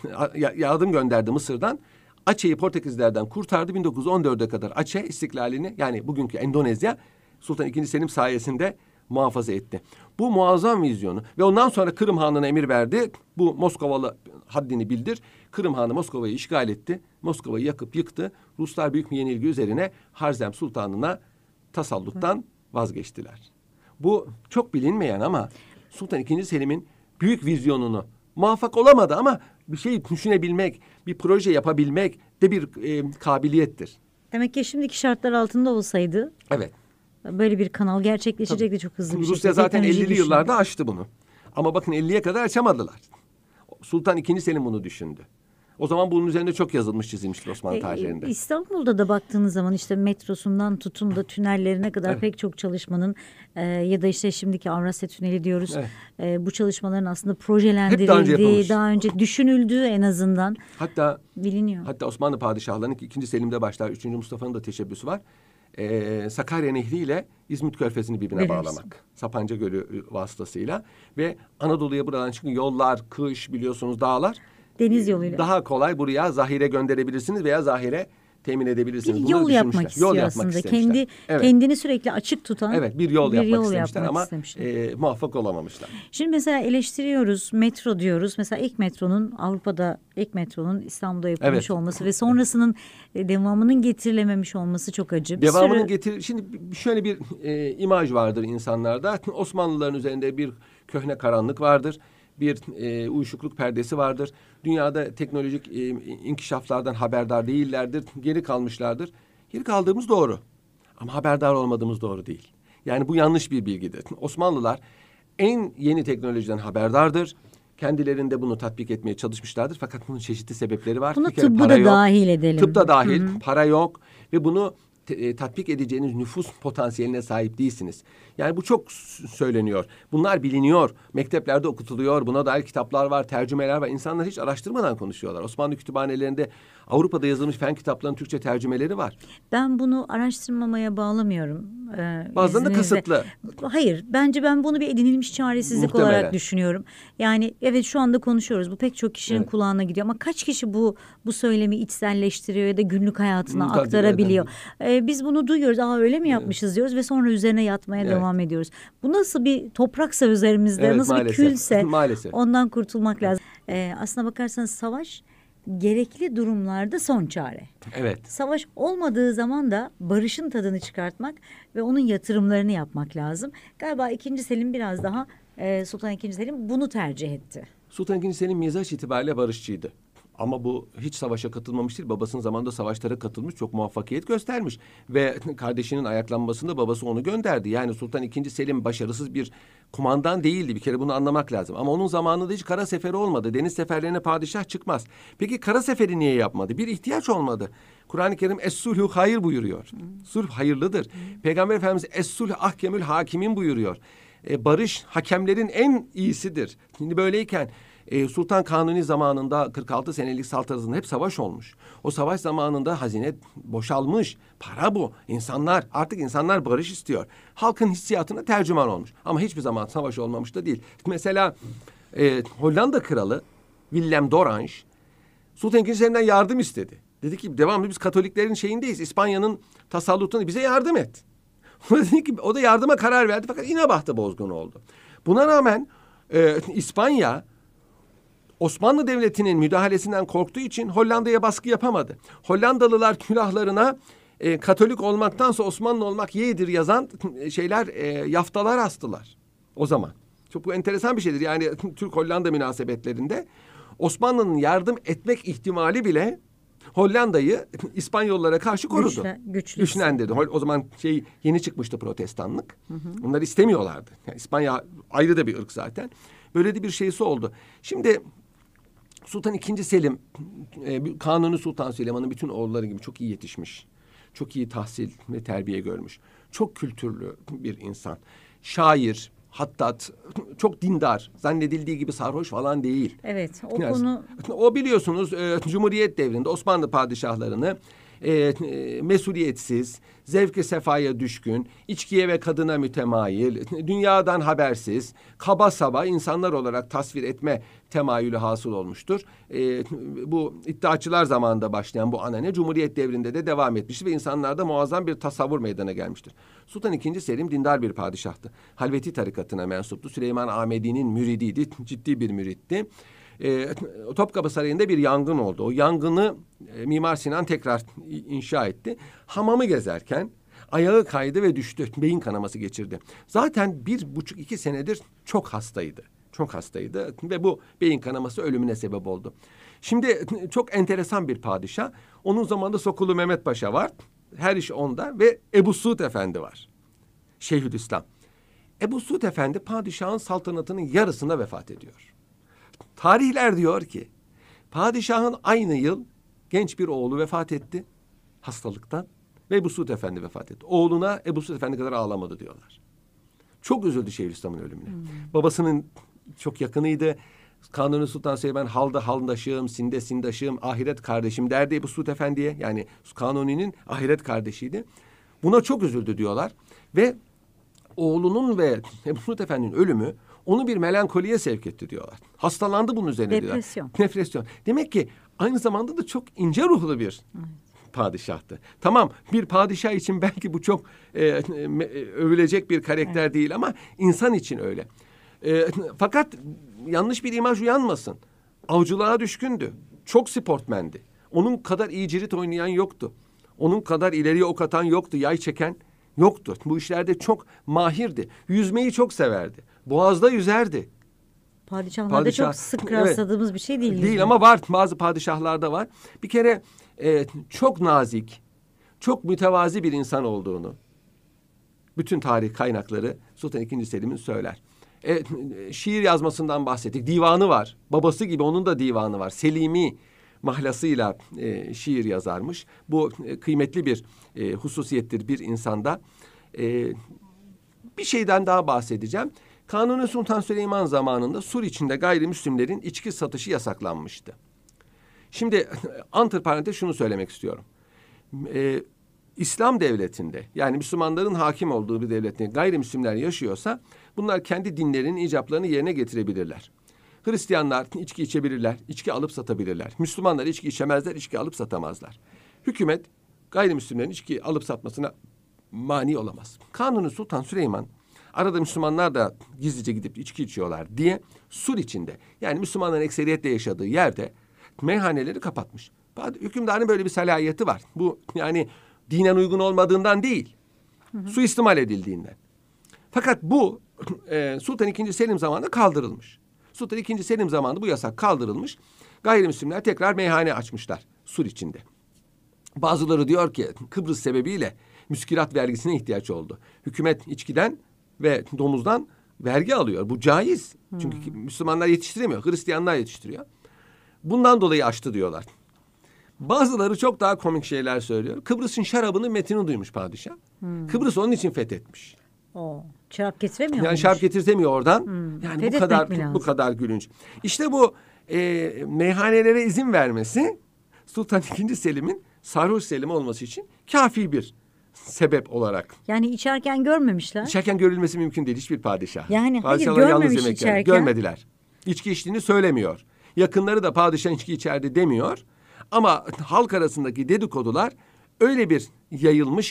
yardım gönderdi Mısır'dan. Aceh'i Portekizlerden kurtardı. 1914'e kadar Aceh istiklalini, yani bugünkü Endonezya, Sultan II. Selim sayesinde muhafaza etti. Bu muazzam vizyonu ve ondan sonra Kırım Hanı'na emir verdi. Bu Moskovalı haddini bildir. Kırım Hanı Moskova'yı işgal etti. Moskova'yı yakıp yıktı. Ruslar büyük bir yenilgi üzerine Harzem Sultanı'na tasalluttan vazgeçtiler. Bu çok bilinmeyen ama Sultan II. Selim'in büyük vizyonunu, muvaffak olamadı ama bir şey düşünebilmek, bir proje yapabilmek de bir kabiliyettir. Demek ki şimdiki şartlar altında olsaydı, evet, böyle bir kanal gerçekleşecekti çok hızlı bir şekilde. Rusya zaten Teknolojiyi 50'li yıllarda aştı bunu. Ama bakın 50'ye kadar açamadılar. Sultan II. Selim bunu düşündü. O zaman bunun üzerinde çok yazılmış, çizilmiştir Osmanlı tarihlerinde. İstanbul'da da baktığınız zaman işte metrosundan tutun da tünellerine kadar Evet. pek çok çalışmanın ya da işte şimdiki Avrasya Tüneli diyoruz. Evet. Bu çalışmaların aslında Hep projelendirildiği, daha önce daha önce düşünüldüğü en azından Hatta biliniyor. Osmanlı padişahlarının 2. Selim'de başlar, 3. Mustafa'nın da teşebbüsü var. Sakarya Nehri ile İzmit Körfezi'ni birbirine bağlamak. Sapanca Gölü vasıtasıyla ve Anadolu'ya buradan çıkın yollar, kış biliyorsunuz, dağlar. Deniz yoluyla. Daha kolay buraya zahire gönderebilirsiniz veya zahire temin edebilirsiniz. Bir yol yapmak istiyor aslında. Kendini sürekli açık tutan bir yol yapmak istemişler yapmak ama istemişler. muvaffak olamamışlar. Şimdi mesela eleştiriyoruz, metro diyoruz. Mesela ilk metronun Avrupa'da, ilk metronun İstanbul'da yapılmış olması ve sonrasının devamının getirilememiş olması çok acı. Şimdi şöyle bir imaj vardır insanlarda. Osmanlıların üzerinde bir köhne karanlık vardır. Bir uyuşukluk perdesi vardır. Dünyada teknolojik inkişaflardan haberdar değillerdir. Geri kalmışlardır. Geri kaldığımız doğru. Ama haberdar olmadığımız doğru değil. Yani bu yanlış bir bilgidir. Osmanlılar en yeni teknolojiden haberdardır. Kendilerinde bunu tatbik etmeye çalışmışlardır. Fakat bunun çeşitli sebepleri var. Buna tıbbı da dahil edelim. Tıp da dahil, para yok ve bunu tatbik edeceğiniz nüfus potansiyeline sahip değilsiniz. Yani bu çok söyleniyor. Bunlar biliniyor. Mekteplerde okutuluyor. Buna dair kitaplar var, tercümeler var. İnsanlar hiç araştırmadan konuşuyorlar. Osmanlı kütüphanelerinde Avrupa'da yazılmış fen kitaplarının Türkçe tercümeleri var. Ben bunu araştırmamaya bağlamıyorum. Bazılarında kasıtlı. Hayır, bence ben bunu bir edinilmiş çaresizlik olarak düşünüyorum. Yani evet, şu anda konuşuyoruz. Bu pek çok kişinin kulağına gidiyor ama kaç kişi bu söylemi içselleştiriyor ya da günlük hayatına aktarabiliyor? Biz bunu duyuyoruz. Öyle mi yapmışız diyoruz ve sonra üzerine yatmaya devam ediyoruz. Bu nasıl bir topraksa üzerimizde, nasıl bir külse ondan kurtulmak lazım. Aslına bakarsanız savaş gerekli durumlarda son çare. Evet. Savaş olmadığı zaman da barışın tadını çıkartmak ve onun yatırımlarını yapmak lazım. Galiba 2. Selim biraz daha Sultan II. Selim bunu tercih etti. Sultan II. Selim mizaç itibariyle barışçıydı. Ama bu hiç savaşa katılmamış değil. Babasının zamanında savaşlara katılmış, çok muvaffakiyet göstermiş. Ve kardeşinin ayaklanmasında babası onu gönderdi. Yani Sultan II. Selim başarısız bir kumandan değildi. Bir kere bunu anlamak lazım. Ama onun zamanında hiç kara seferi olmadı. Deniz seferlerine padişah çıkmaz. Peki kara seferi niye yapmadı? Bir ihtiyaç olmadı. Kur'an-ı Kerim Es-sulhu hayır buyuruyor. Sulh hayırlıdır. Peygamber Efendimiz Es-sulh ahkemül hakimin buyuruyor. Barış hakemlerin en iyisidir. Şimdi böyleyken Sultan Kanuni zamanında 46 senelik saltanatında hep savaş olmuş. O savaş zamanında hazine boşalmış. Para bu. Artık insanlar barış istiyor. Halkın hissiyatına tercüman olmuş. Ama hiçbir zaman savaş olmamış da değil. Mesela Hollanda kralı Willem d'Orange Sultan II. Selim'den yardım istedi. Dedi ki devamlı biz Katoliklerin şeyindeyiz. İspanya'nın tasallutunu bize yardım et. O da yardıma karar verdi fakat İnebah'ta bozgun oldu. Buna rağmen İspanya Osmanlı Devleti'nin müdahalesinden korktuğu için Hollanda'ya baskı yapamadı. Hollandalılar külahlarına Katolik olmaktansa Osmanlı olmak yeğdir yazan yaftalar astılar o zaman. Çok bu enteresan bir şeydir. Yani Türk-Hollanda münasebetlerinde Osmanlı'nın yardım etmek ihtimali bile Hollanda'yı İspanyollara karşı korudu. Güçlendirdi. O zaman yeni çıkmıştı protestanlık. Bunları istemiyorlardı. Yani İspanya ayrı da bir ırk zaten. Böyle de bir şeysi oldu. Şimdi Sultan II. Selim, Kanuni Sultan Süleyman'ın bütün oğulları gibi çok iyi yetişmiş. Çok iyi tahsil ve terbiye görmüş. Çok kültürlü bir insan. Şair, hattat, çok dindar. Zannedildiği gibi sarhoş falan değil. Evet, O biliyorsunuz Cumhuriyet devrinde Osmanlı padişahlarını mesuliyetsiz, zevke sefaya düşkün, içkiye ve kadına mütemayil, dünyadan habersiz, kaba saba insanlar olarak tasvir etme temayülü hasıl olmuştur. Bu iddiaçılar zamanında başlayan bu anane Cumhuriyet devrinde de devam etmiştir ve insanlarda muazzam bir tasavvur meydana gelmiştir. Sultan II. Selim dindar bir padişahtı. Halveti tarikatına mensuptu. Süleyman Ahmedi'nin müridiydi, ciddi bir müritti. Topkapı Sarayı'nda bir yangın oldu. O yangını Mimar Sinan tekrar inşa etti. Hamamı gezerken ayağı kaydı ve düştü. Beyin kanaması geçirdi. Zaten 1,5-2 senedir çok hastaydı. Çok hastaydı ve bu beyin kanaması ölümüne sebep oldu. Şimdi çok enteresan bir padişah. Onun zamanında Sokulu Mehmet Paşa var. Her iş onda ve Ebu Suud Efendi var. Şeyhülislam. Ebu Suud Efendi padişahın saltanatının yarısında vefat ediyor. Tarihler diyor ki padişahın aynı yıl genç bir oğlu vefat etti hastalıktan ve Ebu Suud Efendi vefat etti. Oğluna Ebu Suud Efendi kadar ağlamadı diyorlar. Çok üzüldü Şeyhülislam'ın ölümüne. Babasının çok yakınıydı. Kanuni Sultan Süleyman halda haldaşım, sinde sindaşım, ahiret kardeşim derdi Ebu Suud Efendi'ye. Yani Kanuni'nin ahiret kardeşiydi. Buna çok üzüldü diyorlar. Ve oğlunun ve Ebu Suud Efendi'nin ölümü onu bir melankoliye sevk etti diyorlar. Hastalandı bunun üzerine Depresyon. diyorlar. Depresyon. Demek ki aynı zamanda da çok ince ruhlu bir padişahtı. Tamam, bir padişah için belki bu çok övülecek bir karakter değil ama insan için öyle. Fakat yanlış bir imaj uyanmasın. Avcılığa düşkündü. Çok sportmendi. Onun kadar iyi cirit oynayan yoktu. Onun kadar ileriye ok atan yoktu. Yay çeken yoktu. Bu işlerde çok mahirdi. Yüzmeyi çok severdi. Boğazda yüzerdi. Padişahlarda çok sık rastladığımız bir şey değil. Değil ama var. Bazı padişahlarda var. Bir kere çok nazik, çok mütevazi bir insan olduğunu bütün tarih kaynakları Sultan II. Selim'in söyler. Şiir yazmasından bahsettik. Divanı var. Babası gibi onun da divanı var. Selimi mahlasıyla şiir yazarmış. Bu kıymetli bir hususiyettir bir insanda. Bir şeyden daha bahsedeceğim. Kanuni Sultan Süleyman zamanında Sur içinde gayrimüslimlerin içki satışı yasaklanmıştı. Şimdi antiparantez şunu söylemek istiyorum. İslam devletinde yani Müslümanların hakim olduğu bir devlette gayrimüslimler yaşıyorsa bunlar kendi dinlerinin icaplarını yerine getirebilirler. Hristiyanlar içki içebilirler, içki alıp satabilirler. Müslümanlar içki içemezler, içki alıp satamazlar. Hükümet gayrimüslimlerin içki alıp satmasına mani olamaz. Kanuni Sultan Süleyman arada Müslümanlar da gizlice gidip içki içiyorlar diye Sur içinde yani Müslümanların ekseriyetle yaşadığı yerde meyhaneleri kapatmış. Hükümdarın böyle bir salahiyeti var. Bu yani dinen uygun olmadığından değil, suistimal edildiğinden. Fakat bu Sultan II. Selim zamanında kaldırılmış. Sultan II. Selim zamanında bu yasak kaldırılmış. Gayrimüslimler tekrar meyhane açmışlar Sur içinde. Bazıları diyor ki Kıbrıs sebebiyle müskilat vergisine ihtiyaç oldu. Hükümet içkiden ve domuzdan vergi alıyor. Bu caiz. Çünkü Müslümanlar yetiştiremiyor. Hristiyanlar yetiştiriyor. Bundan dolayı açtı diyorlar. Bazıları çok daha komik şeyler söylüyor. Kıbrıs'ın şarabını metini duymuş padişah. Kıbrıs onun için fethetmiş. Şarap getiremiyor Yani muymuş? şarap getirtemiyor oradan. Yani Fethetmek bu kadar gülünç. İşte bu meyhanelere izin vermesi Sultan II. Selim'in sarhoş Selim olması için kafi bir sebep olarak. Yani içerken görmemişler. İçerken görülmesi mümkün değil hiçbir padişah. Yani Padişahlar hayır yalnız görmemiş yemek yer. içerken. Görmediler. İçki içtiğini söylemiyor. Yakınları da padişah içki içerdi demiyor. Ama halk arasındaki dedikodular öyle bir yayılmış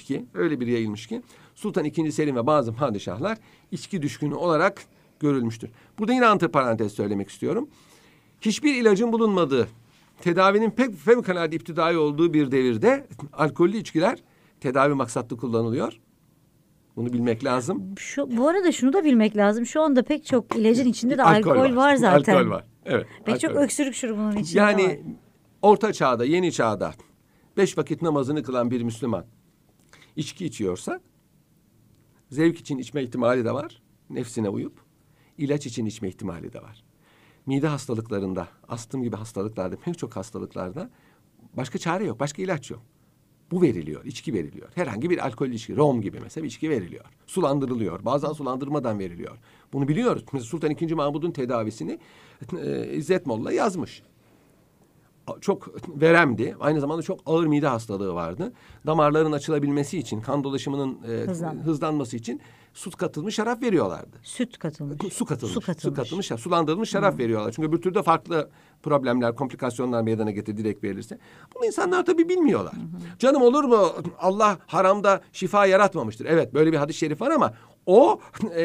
ki Sultan II. Selim ve bazı padişahlar içki düşkünü olarak görülmüştür. Burada yine antiparantez söylemek istiyorum. Hiçbir ilacın bulunmadığı, tedavinin pek fevkalade iptidai olduğu bir devirde alkollü içkiler tedavi maksatlı kullanılıyor. Bunu bilmek lazım. Bu arada şunu da bilmek lazım. Şu anda pek çok ilacın içinde de alkol var zaten. Alkol var. Evet. Pek çok öksürük şurubunun içinde yani, var. Orta çağda, yeni çağda 5 vakit namazını kılan bir Müslüman içki içiyorsa zevk için içme ihtimali de var. Nefsine uyup ilaç için içme ihtimali de var. Mide hastalıklarında, astım gibi hastalıklarda, pek çok hastalıklarda başka çare yok, başka ilaç yok. Bu veriliyor, içki veriliyor. Herhangi bir alkollü içki, rom gibi mesela içki veriliyor. Sulandırılıyor, bazen sulandırmadan veriliyor. Bunu biliyoruz. Mesela Sultan II. Mahmud'un tedavisini İzzet Molla yazmış. çok veremdi. Aynı zamanda çok ağır mide hastalığı vardı. Damarların açılabilmesi için, kan dolaşımının hızlanması için su katılmış şarap veriyorlardı. Süt katılmış. Su katılmış. Su katılmış. Sulandırılmış şarap veriyorlar. Çünkü öbür türlü farklı problemler, komplikasyonlar meydana getirir direkt verilirse. Bunu insanlar tabii bilmiyorlar. Canım olur mu? Allah haramda şifa yaratmamıştır. Evet, böyle bir hadis-i şerif var ama o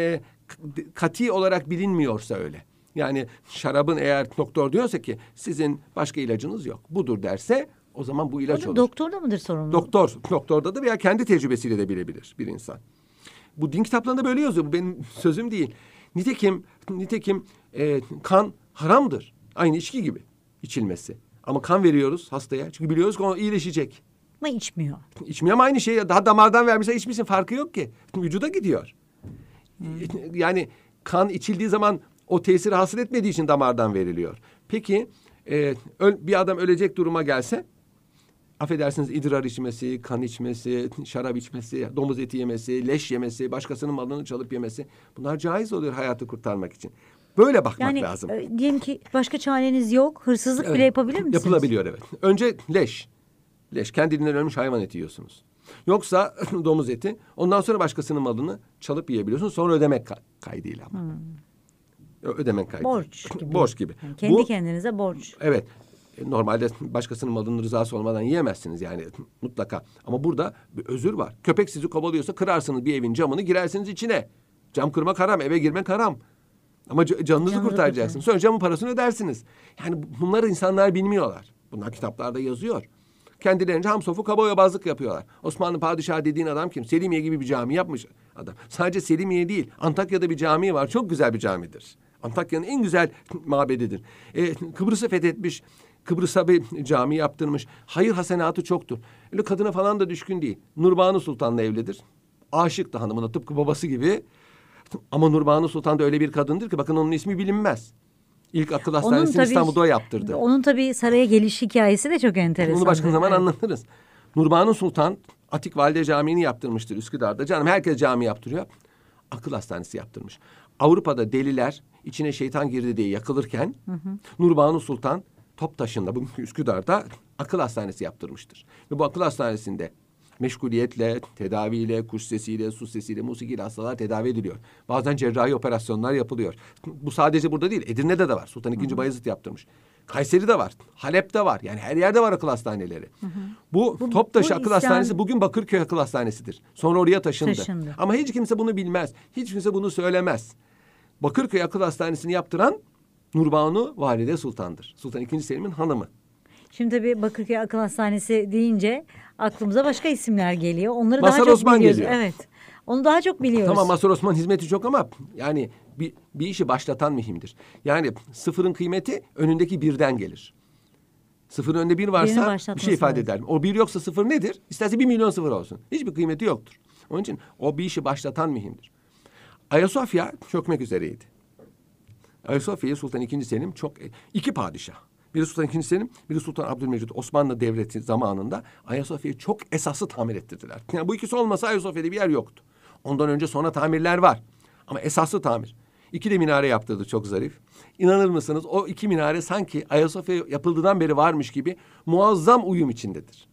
kati olarak bilinmiyorsa öyle. Yani şarabın eğer doktor diyorsa ki sizin başka ilacınız yok, budur derse o zaman bu ilaç olur. Doktor da mıdır sorumlu? Doktorda da veya kendi tecrübesiyle de bilebilir bir insan. Bu din kitaplarında böyle yazıyor. Bu benim sözüm değil. Nitekim kan haramdır. Aynı içki gibi içilmesi. Ama kan veriyoruz hastaya. Çünkü biliyoruz ki o iyileşecek. Ama içmiyor. İçmiyor ama aynı şey. Daha damardan vermişse içmişsin, farkı yok ki. Vücuda gidiyor. Yani kan içildiği zaman o tesiri hasıl etmediği için damardan veriliyor. Peki bir adam ölecek duruma gelse, affedersiniz, idrar içmesi, kan içmesi, şarap içmesi, domuz eti yemesi, leş yemesi, başkasının malını çalıp yemesi, bunlar caiz oluyor hayatı kurtarmak için. Böyle bakmak lazım. Diyelim ki başka çareniz yok, hırsızlık bile yapabilir misiniz? Yapılabiliyor, evet. Önce leş. Kendiliğinden ölmüş hayvan eti yiyorsunuz. Yoksa domuz eti, ondan sonra başkasının malını çalıp yiyebiliyorsunuz. Sonra ödemek kaydıyla ama. Ödemek kaydı. Borç gibi. Yani kendi kendinize borç. Evet. Normalde başkasının malının rızası olmadan yiyemezsiniz yani mutlaka. Ama burada bir özür var. Köpek sizi kovalıyorsa kırarsınız bir evin camını, girersiniz içine. Cam kırmak haram, eve girmek haram. Ama canınızı kurtaracaksınız. Sonra camın parasını ödersiniz. Yani bunları insanlar bilmiyorlar. Bunlar kitaplarda yazıyor. Kendilerince hamsofu kabaoyabazlık yapıyorlar. Osmanlı padişahı dediğin adam kim? Selimiye gibi bir cami yapmış adam. Sadece Selimiye değil, Antakya'da bir cami var. Çok güzel bir camidir. Antakya'nın en güzel mabedidir. Kıbrıs'ı fethetmiş. Kıbrıs'a bir cami yaptırmış. Hayır hasenatı çoktur. Öyle kadına falan da düşkün değil. Nurbanu Sultan'la evlidir. Aşık da hanımına, tıpkı babası gibi. Ama Nurbanu Sultan da öyle bir kadındır ki bakın onun ismi bilinmez. İlk akıl hastanesini İstanbul'da yaptırdı. Onun tabii saraya geliş hikayesi de çok enteresan. Bunu başka zaman anlatırız. Nurbanu Sultan Atik Valide Camii'ni yaptırmıştır Üsküdar'da. Canım herkes cami yaptırıyor. Akıl hastanesi yaptırmış. Avrupa'da deliler içine şeytan girdi diye yakılırken Nurbanu Sultan Toptaşı'nda, bugünkü Üsküdar'da akıl hastanesi yaptırmıştır. Ve bu akıl hastanesinde meşguliyetle, tedaviyle, kuş sesiyle, su sesiyle, musikiyle hastalar tedavi ediliyor. Bazen cerrahi operasyonlar yapılıyor. Bu sadece burada değil, Edirne'de de var. Sultan II. Bayezid yaptırmış. Kayseri'de var, Halep'te var. Yani her yerde var akıl hastaneleri. Bu Toptaşı Akıl Hastanesi bugün Bakırköy Akıl Hastanesi'dir. Sonra oraya taşındı. Ama hiç kimse bunu bilmez. Hiç kimse bunu söylemez. Bakırköy Akıl Hastanesi'ni yaptıran Nurbanu Valide Sultan'dır. Sultan II. Selim'in hanımı. Şimdi tabii Bakırköy Akıl Hastanesi deyince aklımıza başka isimler geliyor. Onları Mazhar daha çok Osman biliyoruz. geliyor. Evet. Onu daha çok biliyoruz. Tamam, Mazhar Osman hizmeti çok ama yani bir işi başlatan mühimdir. Yani sıfırın kıymeti önündeki birden gelir. Sıfırın önünde bir varsa bir şey ifade eder. O bir yoksa sıfır nedir? İsterse 1 milyon sıfır olsun. Hiçbir kıymeti yoktur. Onun için o bir işi başlatan mühimdir. Ayasofya çökmek üzereydi. Ayasofya'yı Sultan II. Selim iki padişah. Biri Sultan II. Selim, biri Sultan Abdülmecit Osmanlı Devleti zamanında Ayasofya'yı çok esaslı tamir ettirdiler. Yani bu ikisi olmasa Ayasofya'da bir yer yoktu. Ondan önce sonra tamirler var. Ama esaslı tamir. 2 de minare yaptırdı, çok zarif. İnanır mısınız? O 2 minare sanki Ayasofya yapıldığından beri varmış gibi muazzam uyum içindedir.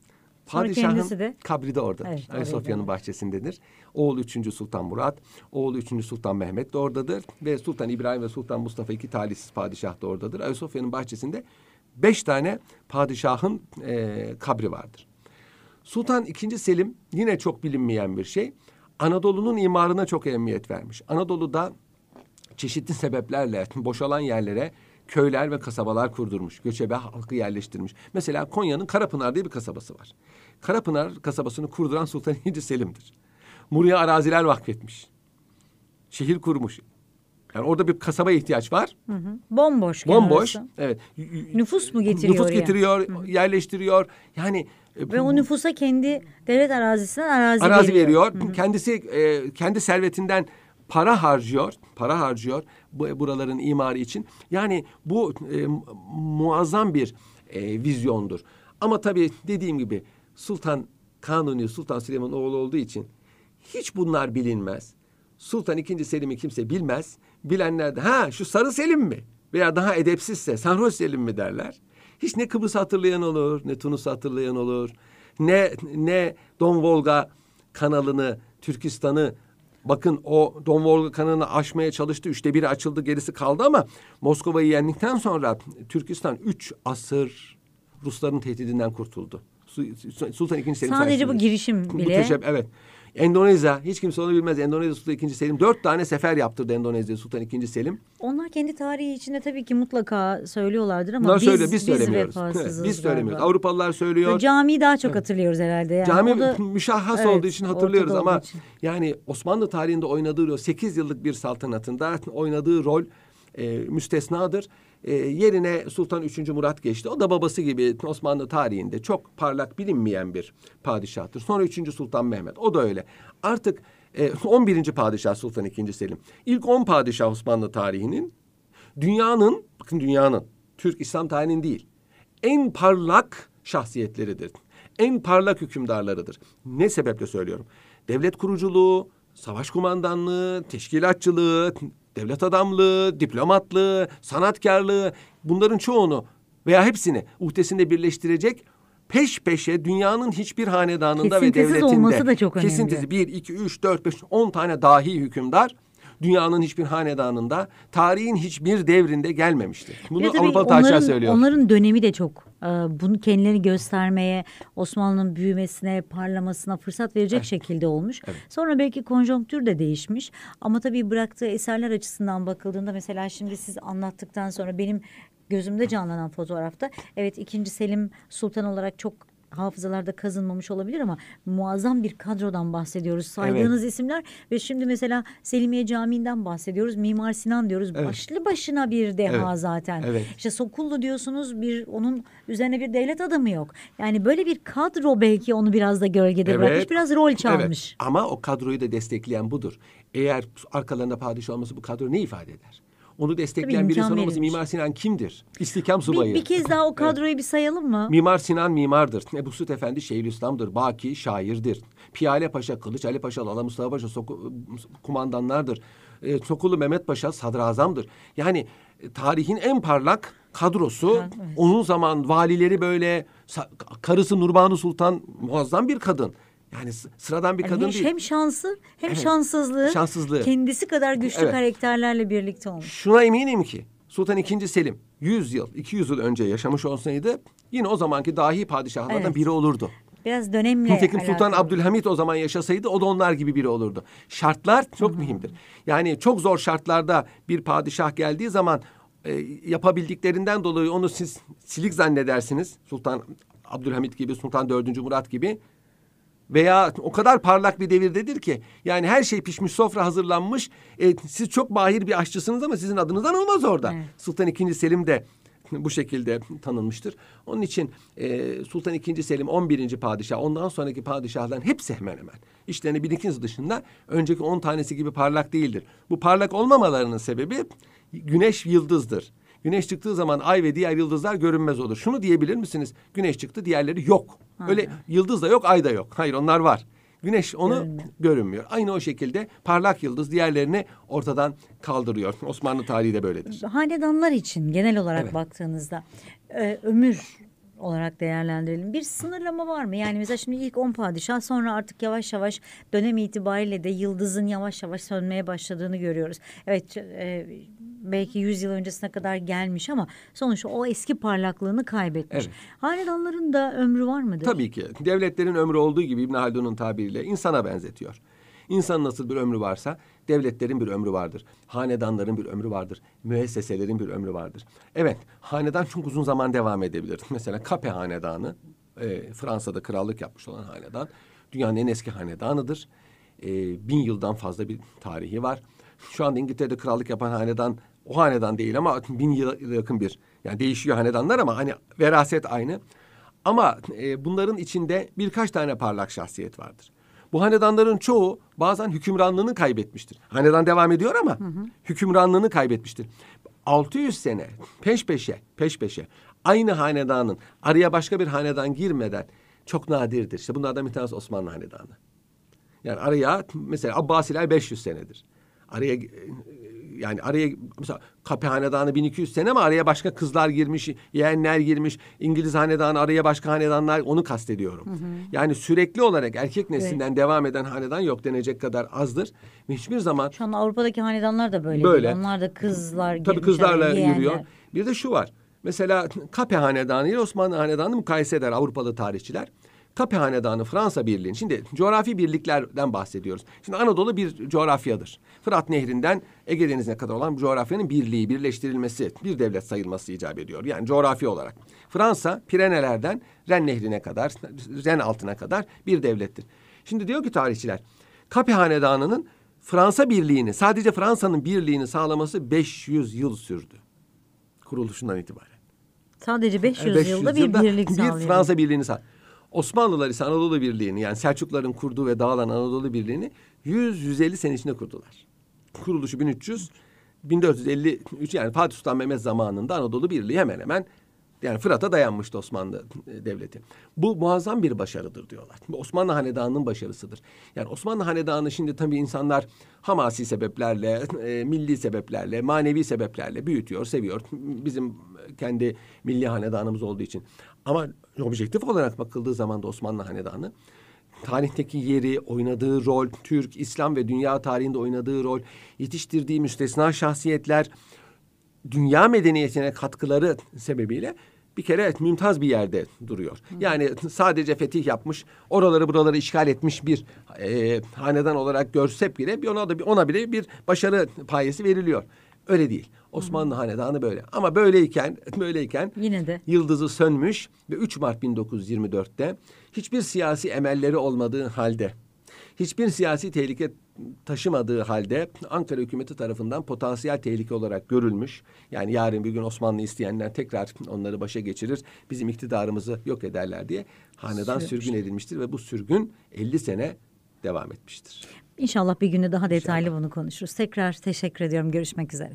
Padişahın kabri de oradadır. Evet, Ayasofya'nın bahçesindedir. Oğlu 3. Sultan Murat, oğlu 3. Sultan Mehmet de oradadır. Ve Sultan İbrahim ve Sultan Mustafa, 2 talihsiz padişah da oradadır. Ayasofya'nın bahçesinde 5 tane padişahın kabri vardır. Sultan II. Selim yine çok bilinmeyen bir şey. Anadolu'nun imarına çok ehemmiyet vermiş. Anadolu'da çeşitli sebeplerle boşalan yerlere köyler ve kasabalar kurdurmuş. Göçebe halkı yerleştirmiş. Mesela Konya'nın Karapınar diye bir kasabası var. Karapınar kasabasını kurduran Sultan II. Selim'dir. Buraya araziler vakfetmiş. Şehir kurmuş. Yani orada bir kasabaya ihtiyaç var. Bomboş. Evet. Nüfus mu getiriyor? Nüfus getiriyor, yerleştiriyor. Yani ve o nüfusa kendi devlet arazisinden arazi veriyor. Kendisi kendi servetinden para harcıyor buraların imarı için. Yani bu muazzam bir vizyondur. Ama tabii dediğim gibi Sultan Kanuni, Sultan Süleyman oğlu olduğu için hiç bunlar bilinmez. Sultan II. Selim'i kimse bilmez. Bilenler de şu Sarı Selim mi? Veya daha edepsizse Sarhoş Selim mi derler. hiç ne Kıbrıs hatırlayan olur, ne Tunus hatırlayan olur, ne Don Volga kanalını, Türkistan'ı, bakın o Don Volga kanalını aşmaya çalıştı. 1/3 açıldı, gerisi kaldı ama Moskova'yı yendikten sonra Türkistan 3 asır Rusların tehdidinden kurtuldu. Sultan II. Selim Sadece bu sayesinde. girişim bile. Muhteşem, evet. Endonezya, hiç kimse onu bilmez. Endonezya Sultan II. Selim 4 tane sefer yaptırdı Endonezya Sultan II. Selim. Onlar kendi tarihi içinde tabii ki mutlaka söylüyorlardır ama Bunlar söylüyor, biz söylemiyoruz. vefasızız Biz söylemiyoruz. galiba. Avrupalılar söylüyor. Ve camiyi daha çok hatırlıyoruz herhalde. Yani Cami o da, müşahhas evet, olduğu için hatırlıyoruz ortada ama olduğu için. yani Osmanlı tarihinde oynadığı rol, 8 yıllık bir saltanatında oynadığı rol müstesnadır. Yerine Sultan 3. Murat geçti. O da babası gibi Osmanlı tarihinde çok parlak, bilinmeyen bir padişahtır. Sonra 3. Sultan Mehmet. O da öyle. Artık 11. padişah Sultan II. Selim. İlk 10 padişah Osmanlı tarihinin bakın dünyanın, Türk İslam tarihinin değil, en parlak şahsiyetleridir. En parlak hükümdarlarıdır. Ne sebeple söylüyorum? Devlet kuruculuğu, savaş kumandanlığı, teşkilatçılığı, devlet adamlığı, diplomatlığı, sanatkarlığı, bunların çoğunu veya hepsini uhdesinde birleştirecek, peş peşe dünyanın hiçbir hanedanında ve Kesintisiz devletinde. olması da çok önemli. Kesintisiz 1, 2, 3, 4, 5, 10 tane dahi hükümdar dünyanın hiçbir hanedanında, tarihin hiçbir devrinde gelmemiştir. Bunu Ve tabii Avrupalı tarihçiler söylüyor. onların dönemi de çok bunu kendilerini göstermeye, Osmanlı'nın büyümesine, parlamasına fırsat verecek şekilde olmuş. Evet. Sonra belki konjonktür de değişmiş. Ama tabii bıraktığı eserler açısından bakıldığında mesela şimdi siz anlattıktan sonra benim gözümde canlanan fotoğrafta evet 2. Selim Sultan olarak çok hafızalarda kazınmamış olabilir ama muazzam bir kadrodan bahsediyoruz. Saydığınız isimler ve şimdi mesela Selimiye Camii'nden bahsediyoruz. Mimar Sinan diyoruz. Evet. Başlı başına bir deha Evet. zaten. Evet. İşte Sokullu diyorsunuz, onun üzerine bir devlet adamı yok. Yani böyle bir kadro belki onu biraz da gölgede bırakmış, biraz rol çalmış. Evet. Ama o kadroyu da destekleyen budur. Eğer arkalarında padişah olması bu kadro ne ifade eder? Onu destekleyen Tabii bir imkan insan olması, verilmiş. Mimar Sinan kimdir? İstihkam subayı. Bir kez daha o kadroyu bir sayalım mı? Mimar Sinan mimardır. Ebu Süt Efendi Şeyhülislam'dır. Baki şairdir. Piyale Paşa, Kılıç Ali Paşa, Lala Mustafa Paşa kumandanlardır. Sokullu Mehmet Paşa sadrazamdır. Yani tarihin en parlak kadrosu. Evet. Onun zaman valileri böyle, karısı Nurbanu Sultan muazzam bir kadın. Yani sıradan bir Yani kadın değil. hem şansı hem Evet. şanssızlığı kendisi kadar güçlü Evet. karakterlerle birlikte olmuş. Şuna eminim ki Sultan II. Selim 100 yıl, 200 yıl önce yaşamış olsaydı yine o zamanki dahi padişahlardan Evet. biri olurdu. Biraz dönemle Nitekim Sultan alakalı. Abdülhamit o zaman yaşasaydı o da onlar gibi biri olurdu. Şartlar çok mühimdir. Yani çok zor şartlarda bir padişah geldiği zaman yapabildiklerinden dolayı onu siz silik zannedersiniz. Sultan Abdülhamit gibi, Sultan 4. Murat gibi. Veya o kadar parlak bir devirdedir ki yani her şey pişmiş, sofra hazırlanmış. Siz çok mahir bir aşçısınız ama sizin adınızdan olmaz orada. Evet. Sultan II. Selim de bu şekilde tanınmıştır. Onun için Sultan II. Selim 11. padişah, ondan sonraki padişahların hepsi hemen hemen işlerine 1-2 dışında önceki 10 tanesi gibi parlak değildir. Bu parlak olmamalarının sebebi güneş yıldızdır. Güneş çıktığı zaman ay ve diğer yıldızlar görünmez olur. Şunu diyebilir misiniz? Güneş çıktı, diğerleri yok. Öyle yıldız da yok, ay da yok. Hayır, onlar var. Güneş onu görünmüyor. Aynı o şekilde parlak yıldız diğerlerini ortadan kaldırıyor. Osmanlı tarihi de böyledir. Hanedanlar için genel olarak Evet. baktığınızda ömür olarak değerlendirelim. Bir sınırlama var mı? Yani mesela şimdi ilk 10 padişah, sonra artık yavaş yavaş dönem itibariyle de yıldızın yavaş yavaş sönmeye başladığını görüyoruz. Evet, belki 100 yıl öncesine kadar gelmiş ama sonuçta o eski parlaklığını kaybetmiş. Evet. Hanedanların da ömrü var mıdır? Tabii ki. Devletlerin ömrü olduğu gibi İbn Haldun'un tabiriyle insana benzetiyor. İnsanın nasıl bir ömrü varsa devletlerin bir ömrü vardır. Hanedanların bir ömrü vardır. Müesseselerin bir ömrü vardır. Evet, hanedan çok uzun zaman devam edebilir. Mesela Kape Hanedanı, Fransa'da krallık yapmış olan hanedan. Dünyanın en eski hanedanıdır. 1000 yıldan fazla bir tarihi var. Şu anda İngiltere'de krallık yapan hanedan, o hanedan değil ama 1000 yıla yakın bir. Yani değişiyor hanedanlar ama hani veraset aynı. Ama bunların içinde birkaç tane parlak şahsiyet vardır. Bu hanedanların çoğu bazen hükümranlığını kaybetmiştir. Hanedan devam ediyor ama hükümranlığını kaybetmiştir. 600 sene peş peşe aynı hanedanın araya başka bir hanedan girmeden çok nadirdir. İşte bunlardan bir tanesi Osmanlı hanedanı. Yani araya mesela Abbasiler 500 senedir. Araya yani araya mesela Kapı Hanedanı 1200 sene ama araya başka kızlar girmiş, yeğenler girmiş. İngiliz Hanedanı araya başka hanedanlar, onu kastediyorum. Yani sürekli olarak erkek neslinden devam eden hanedan yok denecek kadar azdır. Ve hiçbir zaman Şu an Avrupa'daki hanedanlar da böyle böyle. değil. Onlar da kızlar Tabii girmiş kızlarla araya, yürüyor. yeğenler. Bir de şu var. Mesela Kapı Hanedanı ile Osmanlı Hanedanı'nı mukayese eder Avrupalı tarihçiler. Kapı Hanedanı Fransa Birliği'nin, şimdi coğrafi birliklerden bahsediyoruz. Şimdi Anadolu bir coğrafyadır. Fırat Nehri'nden Ege Denizi'ne kadar olan bu coğrafyanın birliği, birleştirilmesi, bir devlet sayılması icap ediyor. Yani coğrafi olarak. Fransa, Pirenelerden Ren Nehri'ne kadar, Ren altına kadar bir devlettir. Şimdi diyor ki tarihçiler, Kapı Hanedanı'nın Fransa birliğini, sadece Fransa'nın birliğini sağlaması 500 yıl sürdü. Kuruluşundan itibaren. Sadece 500 500 yılda bir birlik sağlıyor. Bir Fransa birliğini Osmanlılar ise Anadolu Birliği'ni, yani Selçukluların kurduğu ve dağılan Anadolu Birliği'ni 100-150 sene içinde kurdular. Kuruluşu 1300, 1453, yani Fatih Sultan Mehmet zamanında Anadolu Birliği hemen hemen yani Fırat'a dayanmıştı Osmanlı Devleti. Bu muazzam bir başarıdır diyorlar. Bu Osmanlı Hanedanı'nın başarısıdır. Yani Osmanlı Hanedanı şimdi tabii insanlar hamasi sebeplerle, milli sebeplerle, manevi sebeplerle büyütüyor, seviyor. Bizim kendi milli hanedanımız olduğu için. Ama objektif olarak bakıldığı zaman da Osmanlı Hanedanı tarihteki yeri, oynadığı rol, Türk, İslam ve dünya tarihinde oynadığı rol, yetiştirdiği müstesna şahsiyetler, dünya medeniyetine katkıları sebebiyle bir kere mümtaz bir yerde duruyor. Yani sadece fetih yapmış, oraları buraları işgal etmiş bir hanedan olarak görsek bile ona bile bir başarı payesi veriliyor. Öyle değil. Osmanlı Hanedanı böyle. Ama böyleyken Yine de yıldızı sönmüş ve 3 Mart 1924'te hiçbir siyasi emelleri olmadığı halde, hiçbir siyasi tehlike taşımadığı halde Ankara hükümeti tarafından potansiyel tehlike olarak görülmüş. Yani yarın bir gün Osmanlı isteyenler tekrar onları başa geçirir, bizim iktidarımızı yok ederler diye hanedan sürgün edilmiştir ve bu sürgün 50 sene devam etmiştir. İnşallah bir günde daha detaylı bunu konuşuruz. Tekrar teşekkür ediyorum. Görüşmek üzere.